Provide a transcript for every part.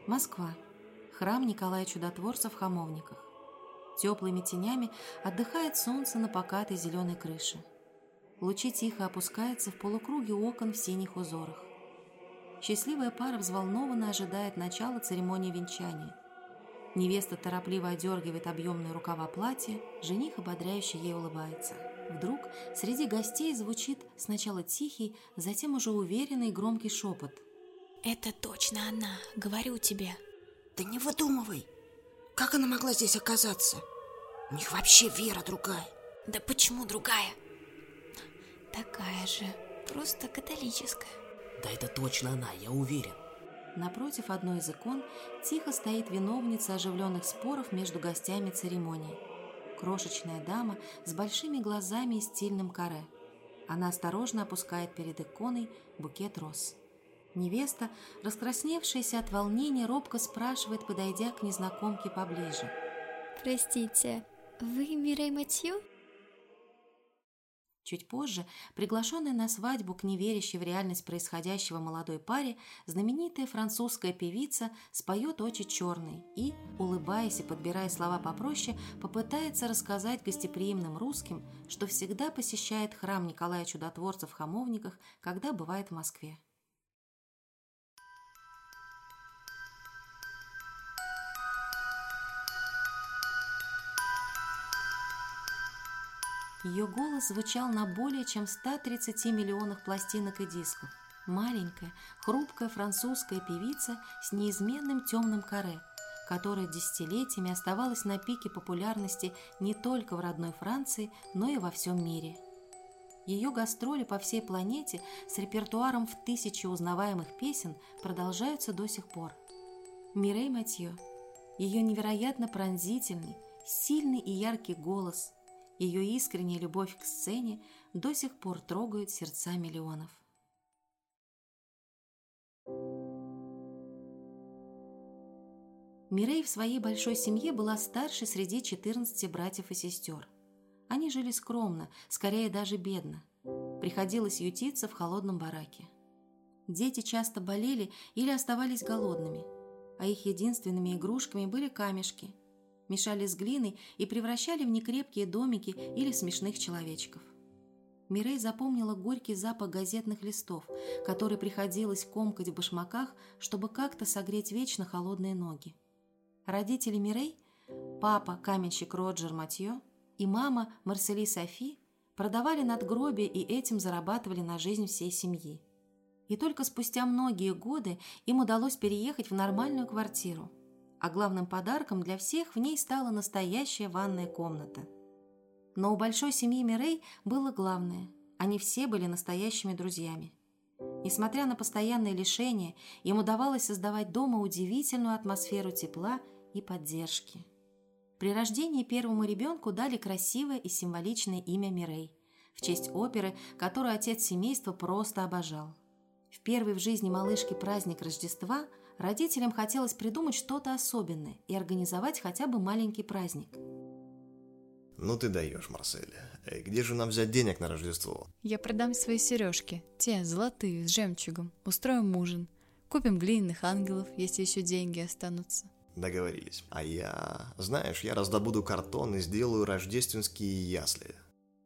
Москва. Храм Николая Чудотворца в Хамовниках. Теплыми тенями отдыхает солнце на покатой зеленой крыше. Лучи тихо опускаются в полукруге окон в синих узорах. Счастливая пара взволнованно ожидает начала церемонии венчания. Невеста торопливо одергивает объемные рукава платья, жених ободряюще ей улыбается. Вдруг среди гостей звучит сначала тихий, затем уже уверенный и громкий шепот. «Это точно она, говорю тебе». Да не выдумывай. Как она могла здесь оказаться? У них вообще вера другая. Да почему другая? Такая же, просто католическая. Да это точно она, я уверен. Напротив одной из икон тихо стоит виновница оживленных споров между гостями церемонии. Крошечная дама с большими глазами и стильным каре. Она осторожно опускает перед иконой букет роз. Невеста, раскрасневшаяся от волнения, робко спрашивает, подойдя к незнакомке поближе. «Простите, вы Мирей Матью?» Чуть позже, приглашенная на свадьбу к неверящей в реальность происходящего молодой паре, знаменитая французская певица споет «Очи черные» и, улыбаясь и подбирая слова попроще, попытается рассказать гостеприимным русским, что всегда посещает храм Николая Чудотворца в Хамовниках, когда бывает в Москве. Ее голос звучал на более чем 130 миллионах пластинок и дисков. Маленькая, хрупкая французская певица с неизменным темным каре, которая десятилетиями оставалась на пике популярности не только в родной Франции, но и во всем мире. Ее гастроли по всей планете с репертуаром в 1000 узнаваемых песен продолжаются до сих пор. Мирей Матью, ее невероятно пронзительный, сильный и яркий голос, ее искренняя любовь к сцене до сих пор трогают сердца миллионов. Мирей в своей большой семье была старшей среди 14 братьев и сестер. Они жили скромно, скорее даже бедно. Приходилось ютиться в холодном бараке. Дети часто болели или оставались голодными, а их единственными игрушками были камешки. Мешали с глиной и превращали в некрепкие домики или смешных человечков. Мирей запомнила горький запах газетных листов, который приходилось комкать в башмаках, чтобы как-то согреть вечно холодные ноги. Родители Мирей, папа, каменщик Роджер Матьё, и мама Марсели Софи продавали надгробия и этим зарабатывали на жизнь всей семьи. И только спустя многие годы им удалось переехать в нормальную квартиру. А главным подарком для всех в ней стала настоящая ванная комната. Но у большой семьи Мирей было главное – они все были настоящими друзьями. Несмотря на постоянные лишения, им удавалось создавать дома удивительную атмосферу тепла и поддержки. При рождении первому ребенку дали красивое и символичное имя Мирей, в честь оперы, которую отец семейства просто обожал. В первый в жизни малышки праздник Рождества – родителям хотелось придумать что-то особенное и организовать хотя бы маленький праздник. Ну ты даешь, Марсель. Где же нам взять денег на Рождество? Я продам свои сережки, те золотые, с жемчугом. Устроим ужин. Купим глиняных ангелов, если еще деньги останутся. Договорились. А знаешь, я раздобуду картон и сделаю рождественские ясли.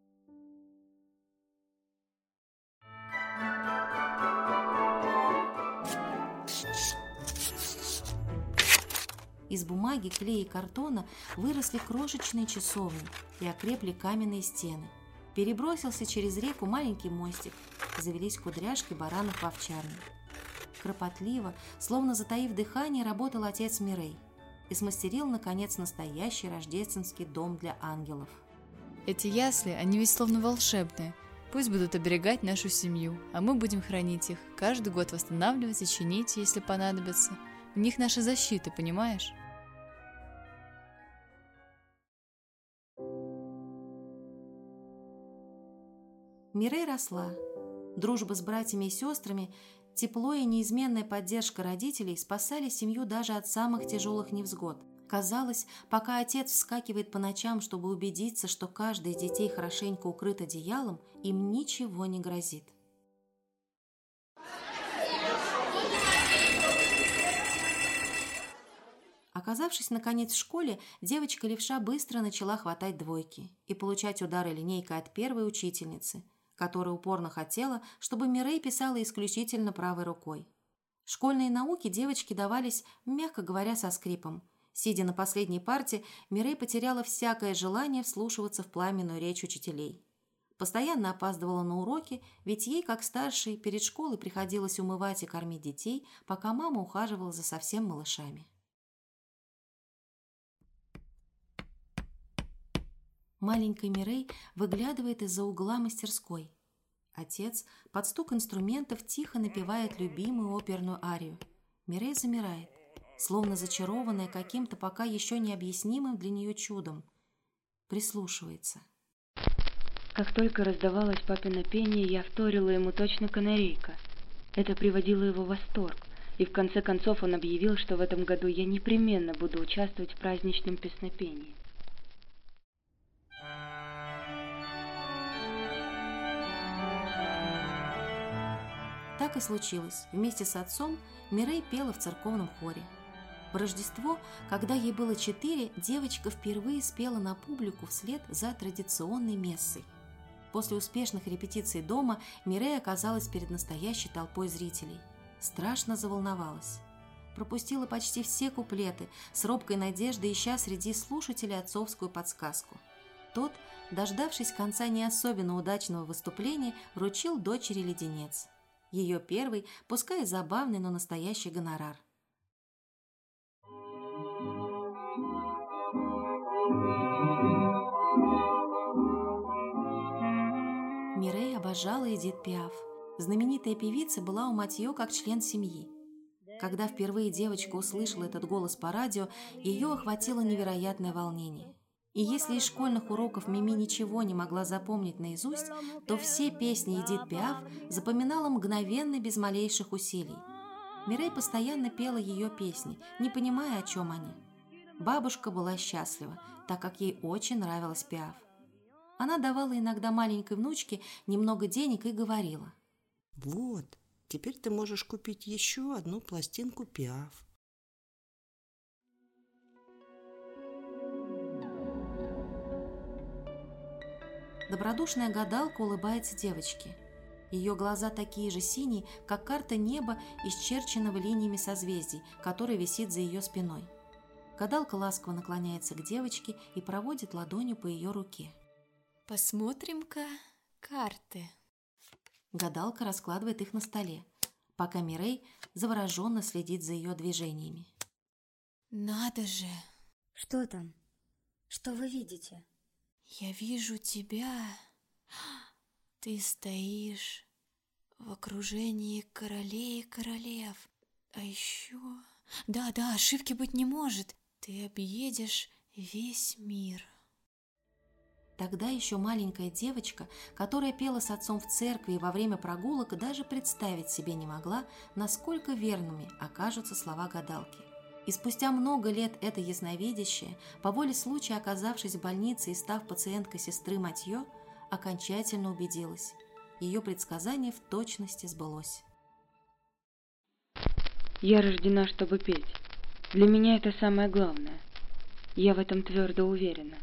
Из бумаги, клея и картона выросли крошечные часовни и окрепли каменные стены. Перебросился через реку маленький мостик, завелись кудряшки баранов в овчарне. Кропотливо, словно затаив дыхание, работал отец Мирей и смастерил, наконец, настоящий рождественский дом для ангелов. Эти ясли, они ведь словно волшебные. Пусть будут оберегать нашу семью, а мы будем хранить их, каждый год восстанавливать и чинить, если понадобится. В них наша защита, понимаешь? Мирей росла. Дружба с братьями и сестрами, тепло и неизменная поддержка родителей спасали семью даже от самых тяжелых невзгод. Казалось, пока отец вскакивает по ночам, чтобы убедиться, что каждый из детей хорошенько укрыт одеялом, им ничего не грозит. Оказавшись, наконец, в школе, девочка-левша быстро начала хватать двойки и получать удары линейкой от первой учительницы, которая упорно хотела, чтобы Мирей писала исключительно правой рукой. Школьные науки девочке давались, мягко говоря, со скрипом. Сидя на последней парте, Мирей потеряла всякое желание вслушиваться в пламенную речь учителей. Постоянно опаздывала на уроки, ведь ей, как старшей, перед школой приходилось умывать и кормить детей, пока мама ухаживала за совсем малышами. Маленький Мирей выглядывает из-за угла мастерской. Отец под стук инструментов тихо напевает любимую оперную арию. Мирей замирает, словно зачарованная каким-то пока еще необъяснимым для нее чудом. Прислушивается. Как только раздавалось папино пение, я вторила ему точно канарейка. Это приводило его в восторг, и в конце концов он объявил, что в этом году я непременно буду участвовать в праздничном песнопении. Так и случилось. Вместе с отцом Мирей пела в церковном хоре. В Рождество, когда ей было 4, девочка впервые спела на публику вслед за традиционной мессой. После успешных репетиций дома Мирей оказалась перед настоящей толпой зрителей. Страшно заволновалась. Пропустила почти все куплеты, с робкой надеждой ища среди слушателей отцовскую подсказку. Тот, дождавшись конца не особенно удачного выступления, вручил дочери леденец. Ее первый, пускай и забавный, но настоящий гонорар. Мирей обожала Эдит Пиаф. Знаменитая певица была у Матьё как член семьи. Когда впервые девочка услышала этот голос по радио, ее охватило невероятное волнение. И если из школьных уроков Мими ничего не могла запомнить наизусть, то все песни Эдит Пиаф запоминала мгновенно, без малейших усилий. Мирей постоянно пела ее песни, не понимая, о чем они. Бабушка была счастлива, так как ей очень нравилась Пиаф. Она давала иногда маленькой внучке немного денег и говорила: «Вот, теперь ты можешь купить еще одну пластинку Пиаф». Добродушная гадалка улыбается девочке. Ее глаза такие же синие, как карта неба, исчерченного линиями созвездий, которая висит за ее спиной. Гадалка ласково наклоняется к девочке и проводит ладонью по ее руке. Посмотрим-ка карты. Гадалка раскладывает их на столе, пока Мирей завороженно следит за ее движениями. Надо же! Что там? Что вы видите? Я вижу тебя. Ты стоишь в окружении королей и королев. А еще... Да, ошибки быть не может. Ты объедешь весь мир. Тогда еще маленькая девочка, которая пела с отцом в церкви и во время прогулок, даже представить себе не могла, насколько верными окажутся слова гадалки. И спустя много лет эта ясновидящая, по воле случая оказавшись в больнице и став пациенткой сестры Матьё, окончательно убедилась. Ее предсказание в точности сбылось. Я рождена, чтобы петь. Для меня это самое главное. Я в этом твердо уверена.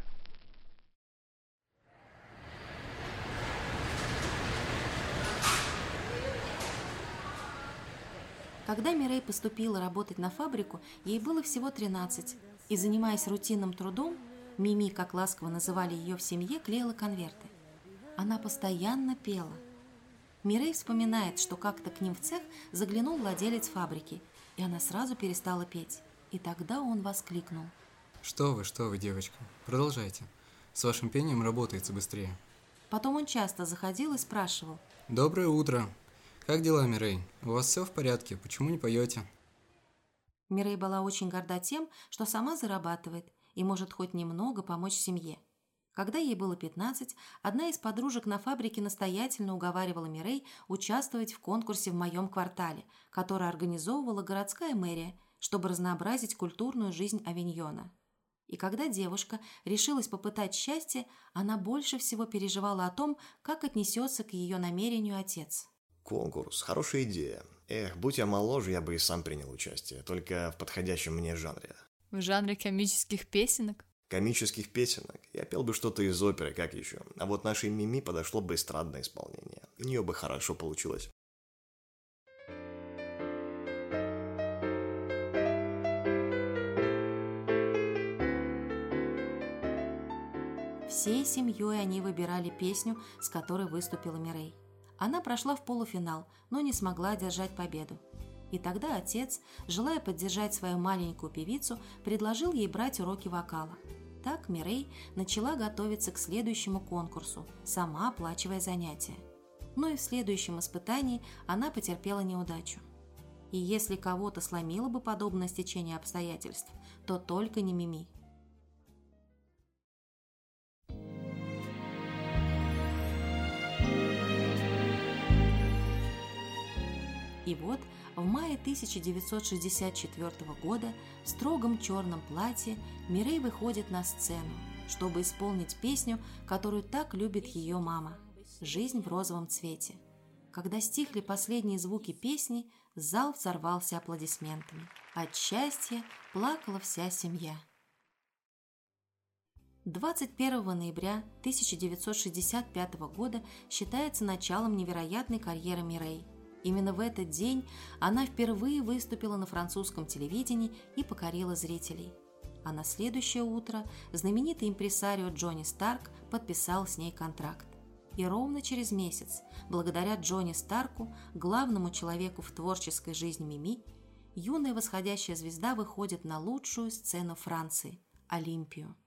Когда Мирей поступила работать на фабрику, ей было всего 13, и, занимаясь рутинным трудом, Мими, как ласково называли ее в семье, клеила конверты. Она постоянно пела. Мирей вспоминает, что как-то к ним в цех заглянул владелец фабрики, и она сразу перестала петь. И тогда он воскликнул: Что вы, девочка, продолжайте. С вашим пением работается быстрее. Потом он часто заходил и спрашивал: Доброе утро. Как дела, Мирей? У вас все в порядке? Почему не поете? Мирей была очень горда тем, что сама зарабатывает и может хоть немного помочь семье. Когда ей было 15, одна из подружек на фабрике настоятельно уговаривала Мирей участвовать в конкурсе в моем квартале, который организовывала городская мэрия, чтобы разнообразить культурную жизнь Авиньона. И когда девушка решилась попытать счастье, она больше всего переживала о том, как отнесется к ее намерению отец. Конкурс – хорошая идея. Будь я моложе, я бы и сам принял участие, только в подходящем мне жанре. В жанре комических песенок? Комических песенок? Я пел бы что-то из оперы, как еще. А вот нашей Мими подошло бы эстрадное исполнение. У нее бы хорошо получилось. Всей семьей они выбирали песню, с которой выступила Мирей. Она прошла в полуфинал, но не смогла одержать победу. И тогда отец, желая поддержать свою маленькую певицу, предложил ей брать уроки вокала. Так Мирей начала готовиться к следующему конкурсу, сама оплачивая занятия. Но и в следующем испытании она потерпела неудачу. И если кого-то сломило бы подобное стечение обстоятельств, то только не Мими. И вот в мае 1964 года в строгом черном платье Мирей выходит на сцену, чтобы исполнить песню, которую так любит ее мама «Жизнь в розовом цвете». Когда стихли последние звуки песни, зал взорвался аплодисментами. От счастья плакала вся семья. 21 ноября 1965 года считается началом невероятной карьеры Мирей. Именно в этот день она впервые выступила на французском телевидении и покорила зрителей. А на следующее утро знаменитый импресарио Джонни Старк подписал с ней контракт. И ровно через месяц, благодаря Джонни Старку, главному человеку в творческой жизни Мими, юная восходящая звезда выходит на лучшую сцену Франции – Олимпию.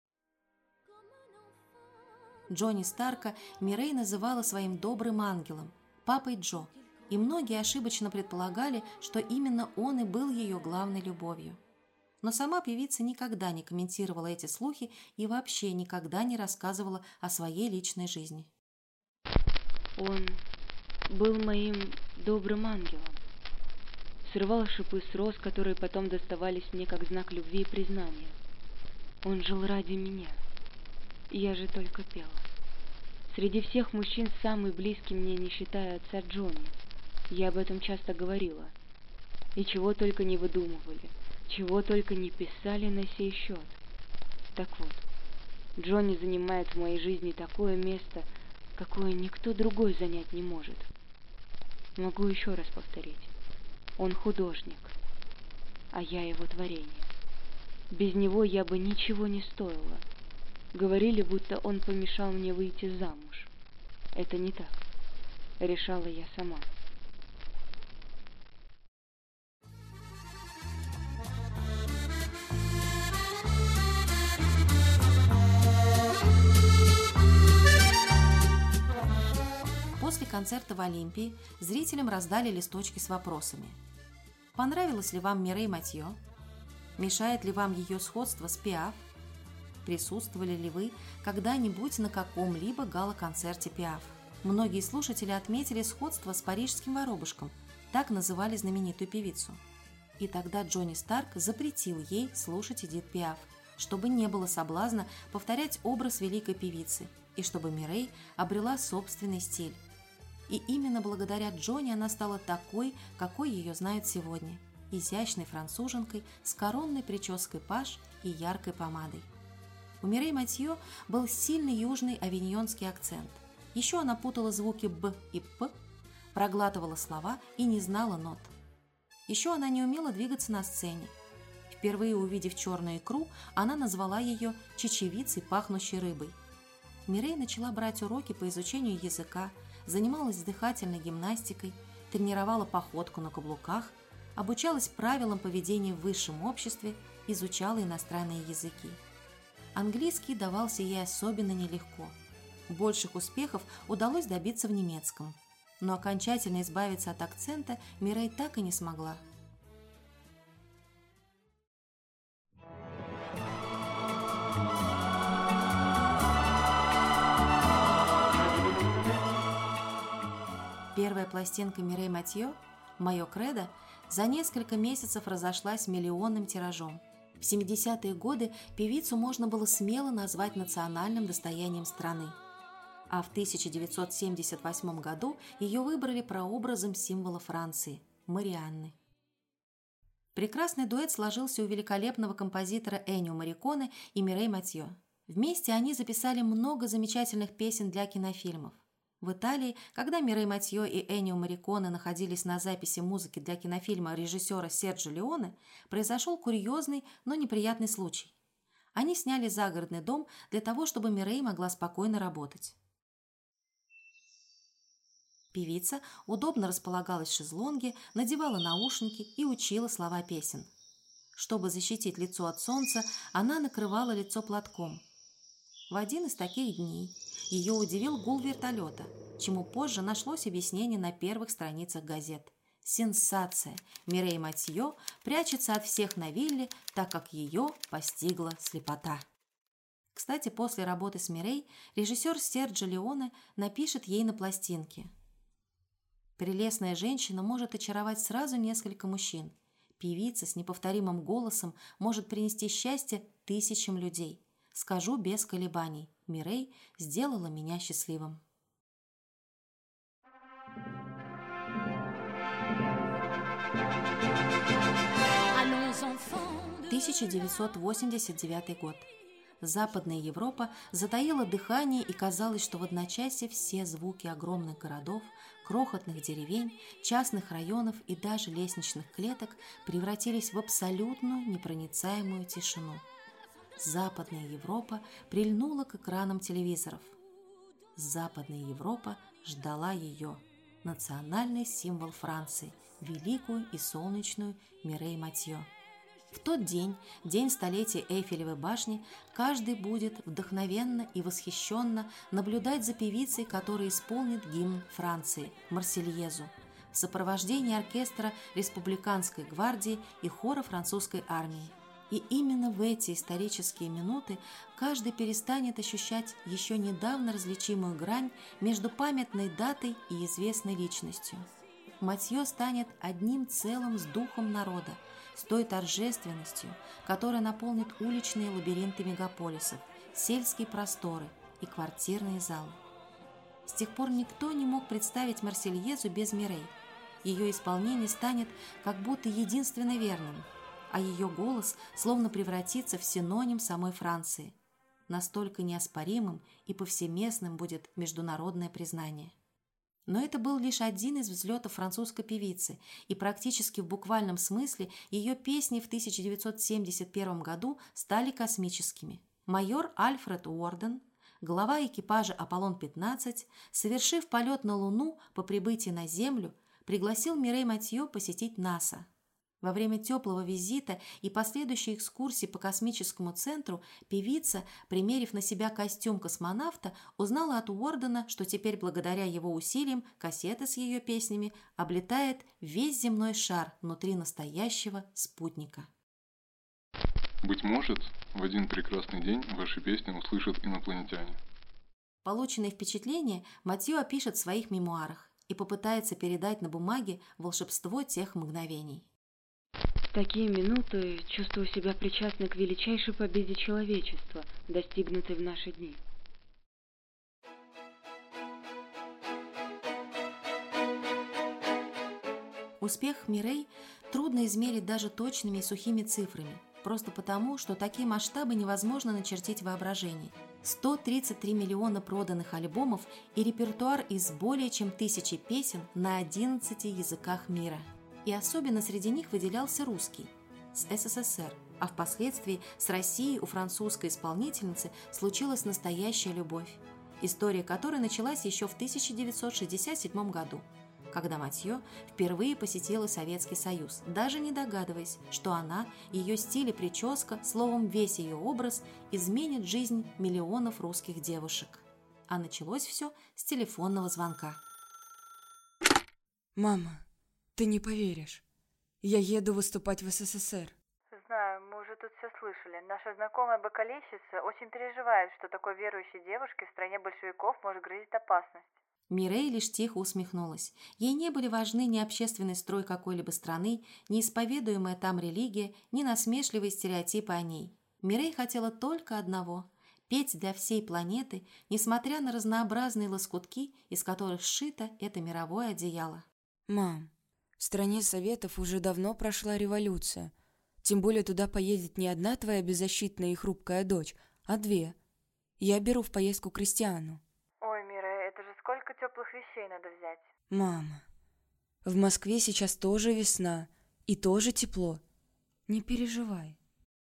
Джонни Старка Мирей называла своим добрым ангелом, папой Джо, и многие ошибочно предполагали, что именно он и был ее главной любовью. Но сама певица никогда не комментировала эти слухи и вообще никогда не рассказывала о своей личной жизни. Он был моим добрым ангелом. Срывал шипы с роз, которые потом доставались мне как знак любви и признания. Он жил ради меня. Я же только пела. Среди всех мужчин самый близкий мне, не считая отца Джонни. Я об этом часто говорила. И чего только не выдумывали, чего только не писали на сей счет. Так вот, Джонни занимает в моей жизни такое место, какое никто другой занять не может. Могу еще раз повторить. Он художник, а я его творение. Без него я бы ничего не стоила. Говорили, будто он помешал мне выйти замуж. Это не так. Решала я сама. После концерта в Олимпии зрителям раздали листочки с вопросами. Понравилось ли вам Мирей Матьё? Мешает ли вам ее сходство с Пиаф? Присутствовали ли вы когда-нибудь на каком-либо гала-концерте Пиаф? Многие слушатели отметили сходство с парижским воробушком, так называли знаменитую певицу. И тогда Джонни Старк запретил ей слушать Эдит Пиаф, чтобы не было соблазна повторять образ великой певицы и чтобы Мирей обрела собственный стиль. И именно благодаря Джонни она стала такой, какой ее знают сегодня – изящной француженкой с коронной прической паж и яркой помадой. У Мирей Матьё был сильный южный авиньонский акцент. Еще она путала звуки «б» и «п», проглатывала слова и не знала нот. Еще она не умела двигаться на сцене. Впервые увидев черную икру, она назвала ее чечевицей, пахнущей рыбой. Мирей начала брать уроки по изучению языка, занималась дыхательной гимнастикой, тренировала походку на каблуках, обучалась правилам поведения в высшем обществе, изучала иностранные языки. Английский давался ей особенно нелегко. Больших успехов удалось добиться в немецком, но окончательно избавиться от акцента Мирей так и не смогла. Первая пластинка Мирей Матьё «Мое кредо» за несколько месяцев разошлась миллионным тиражом. В 70-е годы певицу можно было смело назвать национальным достоянием страны. А в 1978 году ее выбрали прообразом символа Франции – Марианны. Прекрасный дуэт сложился у великолепного композитора Эннио Морриконе и Мирей Матьё. Вместе они записали много замечательных песен для кинофильмов. В Италии, когда Мирей Матьё и Эннио Морриконе находились на записи музыки для кинофильма режиссера Серджио Леоне, произошел курьезный, но неприятный случай. Они сняли загородный дом для того, чтобы Мирей могла спокойно работать. Певица удобно располагалась в шезлонге, надевала наушники и учила слова песен. Чтобы защитить лицо от солнца, она накрывала лицо платком. В один из таких дней ее удивил гул вертолета, чему позже нашлось объяснение на первых страницах газет. Сенсация! Мирей Матьё прячется от всех на вилле, так как ее постигла слепота. Кстати, после работы с Мирей режиссер Серджио Леоне напишет ей на пластинке: «Прелестная женщина может очаровать сразу несколько мужчин. Певица с неповторимым голосом может принести счастье тысячам людей. Скажу без колебаний, Мирей сделала меня счастливым». — 1989 год. Западная Европа затаила дыхание, и казалось, что в одночасье все звуки огромных городов, крохотных деревень, частных районов и даже лестничных клеток превратились в абсолютную непроницаемую тишину. Западная Европа прильнула к экранам телевизоров. Западная Европа ждала ее, национальный символ Франции, великую и солнечную Мирей Матьё. В тот день, день столетия Эйфелевой башни, каждый будет вдохновенно и восхищенно наблюдать за певицей, которая исполнит гимн Франции, Марсельезу, в сопровождении оркестра Республиканской гвардии и хора французской армии. И именно в эти исторические минуты каждый перестанет ощущать еще недавно различимую грань между памятной датой и известной личностью. Матьё станет одним целым с духом народа, с той торжественностью, которая наполнит уличные лабиринты мегаполисов, сельские просторы и квартирные залы. С тех пор никто не мог представить Марсельезу без Мирей. Ее исполнение станет как будто единственно верным, а ее голос словно превратится в синоним самой Франции. Настолько неоспоримым и повсеместным будет международное признание. Но это был лишь один из взлетов французской певицы, и практически в буквальном смысле ее песни в 1971 году стали космическими. Майор Альфред Уорден, глава экипажа «Аполлон-15», совершив полет на Луну по прибытии на Землю, пригласил Мирей Матьё посетить НАСА. Во время теплого визита и последующей экскурсии по космическому центру певица, примерив на себя костюм космонавта, узнала от Уордена, что теперь благодаря его усилиям кассета с ее песнями облетает весь земной шар внутри настоящего спутника. Быть может, в один прекрасный день ваши песни услышат инопланетяне. Полученные впечатления Матьё опишет в своих мемуарах и попытается передать на бумаге волшебство тех мгновений. В такие минуты чувствую себя причастной к величайшей победе человечества, достигнутой в наши дни. Успех Мирей трудно измерить даже точными и сухими цифрами, просто потому, что такие масштабы невозможно начертить в воображении. 133 миллиона проданных альбомов и репертуар из более чем 1000 песен на 11 языках мира. И особенно среди них выделялся русский, с СССР, а впоследствии с Россией у французской исполнительницы случилась настоящая любовь, история которой началась еще в 1967 году, когда Матьё впервые посетила Советский Союз, даже не догадываясь, что она, ее стиль и прическа, словом, весь ее образ изменит жизнь миллионов русских девушек. А началось все с телефонного звонка. «Мама, ты не поверишь. Я еду выступать в СССР». Знаю, мы уже тут все слышали. Наша знакомая бокалейщица очень переживает, что такой верующей девушке в стране большевиков может грозить опасность. Мирей лишь тихо усмехнулась. Ей не были важны ни общественный строй какой-либо страны, ни исповедуемая там религия, ни насмешливые стереотипы о ней. Мирей хотела только одного – петь для всей планеты, несмотря на разнообразные лоскутки, из которых сшито это мировое одеяло. «Мам, в стране Советов уже давно прошла революция. Тем более туда поедет не одна твоя беззащитная и хрупкая дочь, а две. Я беру в поездку Кристиану. Ой, Мира, это же сколько теплых вещей надо взять. Мама, в Москве сейчас тоже весна и тоже тепло. Не переживай.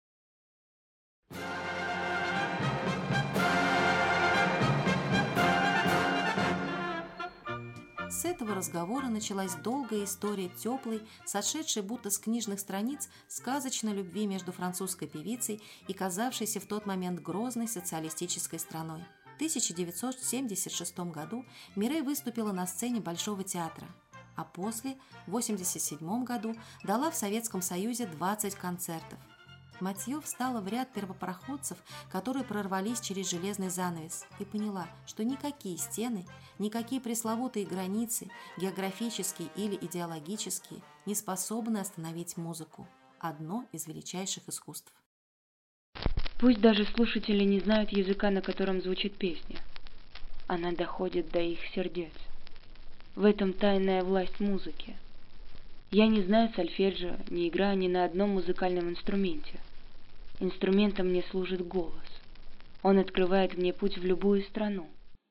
С этого разговора началась долгая история теплой, сошедшей будто с книжных страниц сказочной любви между французской певицей и казавшейся в тот момент грозной социалистической страной. В 1976 году Мирей выступила на сцене Большого театра, а после, в 1987 году, дала в Советском Союзе 20 концертов. Матьё встала в ряд первопроходцев, которые прорвались через железный занавес, и поняла, что никакие стены, никакие пресловутые границы, географические или идеологические, не способны остановить музыку. Одно из величайших искусств. Пусть даже слушатели не знают языка, на котором звучит песня, она доходит до их сердец. В этом тайная власть музыки. Я не знаю сольфеджио, не играю ни на одном музыкальном инструменте. Инструментом мне служит голос. Он открывает мне путь в любую страну.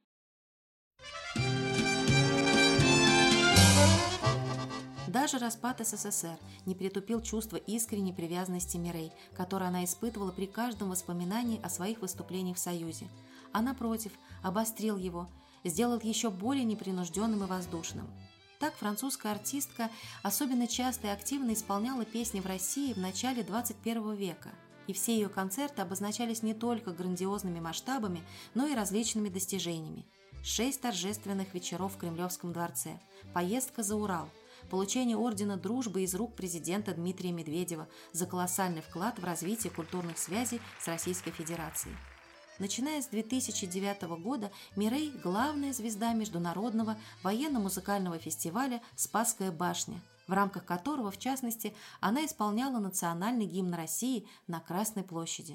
Даже распад СССР не притупил чувство искренней привязанности Мирей, которое она испытывала при каждом воспоминании о своих выступлениях в Союзе. А напротив, обострил его, сделал еще более непринужденным и воздушным. Так французская артистка особенно часто и активно исполняла песни в России в начале 21 века. И все ее концерты обозначались не только грандиозными масштабами, но и различными достижениями. 6 торжественных вечеров в Кремлевском дворце, поездка за Урал, получение ордена Дружбы из рук президента Дмитрия Медведева за колоссальный вклад в развитие культурных связей с Российской Федерацией. Начиная с 2009 года Мирей – главная звезда международного военно-музыкального фестиваля «Спасская башня», в рамках которого, в частности, она исполняла национальный гимн России на Красной площади.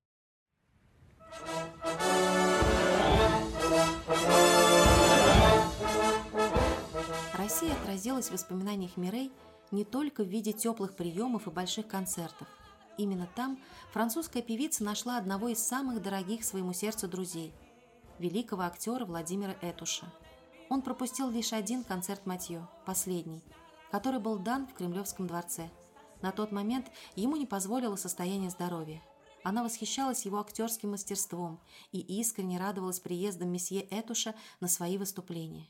Россия отразилась в воспоминаниях Мирей не только в виде теплых приемов и больших концертов. Именно там французская певица нашла одного из самых дорогих своему сердцу друзей – великого актера Владимира Этуша. Он пропустил лишь один концерт Матьё, последний, который был дан в Кремлевском дворце. На тот момент ему не позволило состояние здоровья. Она восхищалась его актерским мастерством и искренне радовалась приездам месье Этуша на свои выступления.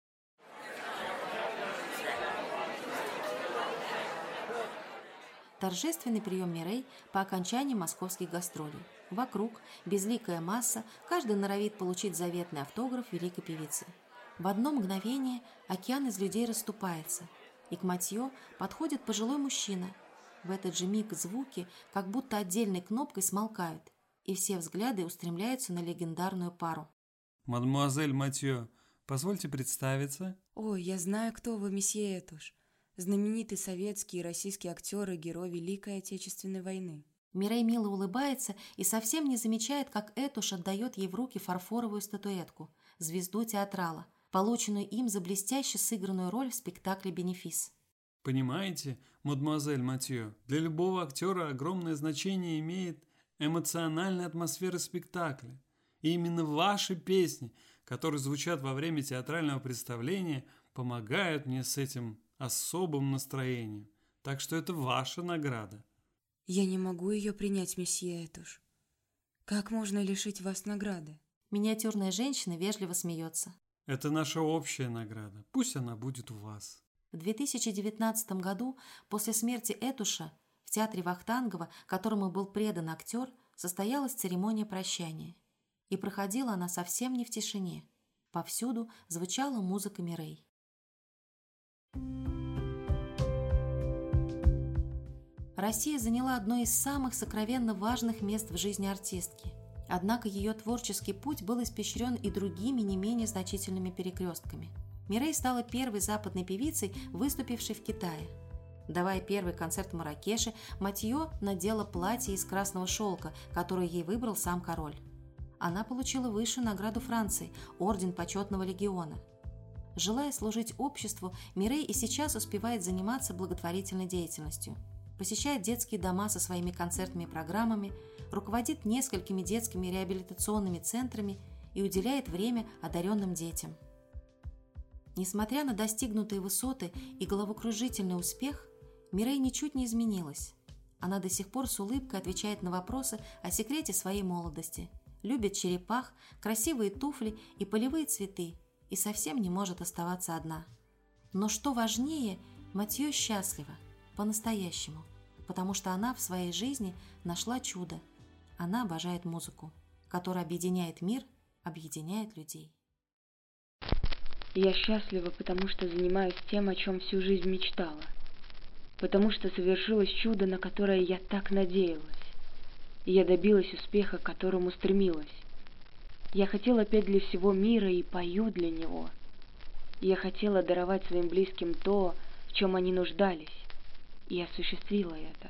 Торжественный прием Мирей по окончании московских гастролей. Вокруг безликая масса, каждый норовит получить заветный автограф великой певицы. В одно мгновение океан из людей расступается, и к Матьё подходит пожилой мужчина. В этот же миг звуки, как будто отдельной кнопкой, смолкают, и все взгляды устремляются на легендарную пару. Мадемуазель Матьё, позвольте представиться. Ой, я знаю, кто вы, месье Этуш. Знаменитый советский и российский актер и герой Великой Отечественной войны. Мирей мило улыбается и совсем не замечает, как Этуш отдает ей в руки фарфоровую статуэтку, звезду театрала, полученную им за блестяще сыгранную роль в спектакле «Бенефис». Понимаете, мадемуазель Матьё, для любого актера огромное значение имеет эмоциональная атмосфера спектакля. И именно ваши песни, которые звучат во время театрального представления, помогают мне с этим особым настроением. Так что это ваша награда. Я не могу ее принять, месье Этуш. Как можно лишить вас награды? Миниатюрная женщина вежливо смеется. Это наша общая награда. Пусть она будет у вас. В 2019 году, после смерти Этуша, в театре Вахтангова, которому был предан актер, состоялась церемония прощания. И проходила она совсем не в тишине. Повсюду звучала музыка Мирей. Россия заняла одно из самых сокровенно важных мест в жизни артистки. Однако ее творческий путь был испещрен и другими не менее значительными перекрестками. Мирей стала первой западной певицей, выступившей в Китае. Давая первый концерт в Марракеше, Матьё надела платье из красного шелка, которое ей выбрал сам король. Она получила высшую награду Франции – орден почетного легиона. Желая служить обществу, Мирей и сейчас успевает заниматься благотворительной деятельностью. Посещает детские дома со своими концертными программами, руководит несколькими детскими реабилитационными центрами и уделяет время одаренным детям. Несмотря на достигнутые высоты и головокружительный успех, Мирей ничуть не изменилась. Она до сих пор с улыбкой отвечает на вопросы о секрете своей молодости, любит черепах, красивые туфли и полевые цветы, и совсем не может оставаться одна. Но что важнее, Матьё счастлива, по-настоящему, потому что она в своей жизни нашла чудо. Она обожает музыку, которая объединяет мир, объединяет людей. Я счастлива, потому что занимаюсь тем, о чем всю жизнь мечтала. Потому что совершилось чудо, на которое я так надеялась. И я добилась успеха, к которому стремилась. Я хотела петь для всего мира и пою для него. Я хотела даровать своим близким то, в чем они нуждались. И осуществила это.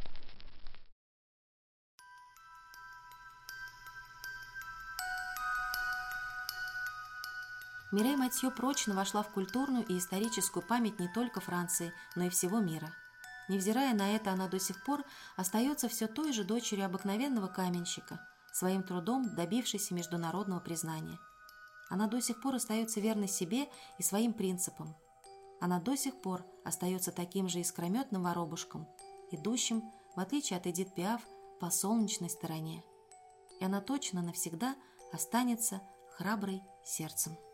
Мирей Матьё прочно вошла в культурную и историческую память не только Франции, но и всего мира. Невзирая на это, она до сих пор остается все той же дочерью обыкновенного каменщика, своим трудом добившейся международного признания. Она до сих пор остается верной себе и своим принципам. Она до сих пор остается таким же искрометным воробушком, идущим, в отличие от Эдит Пиаф, по солнечной стороне. И она точно навсегда останется храброй сердцем.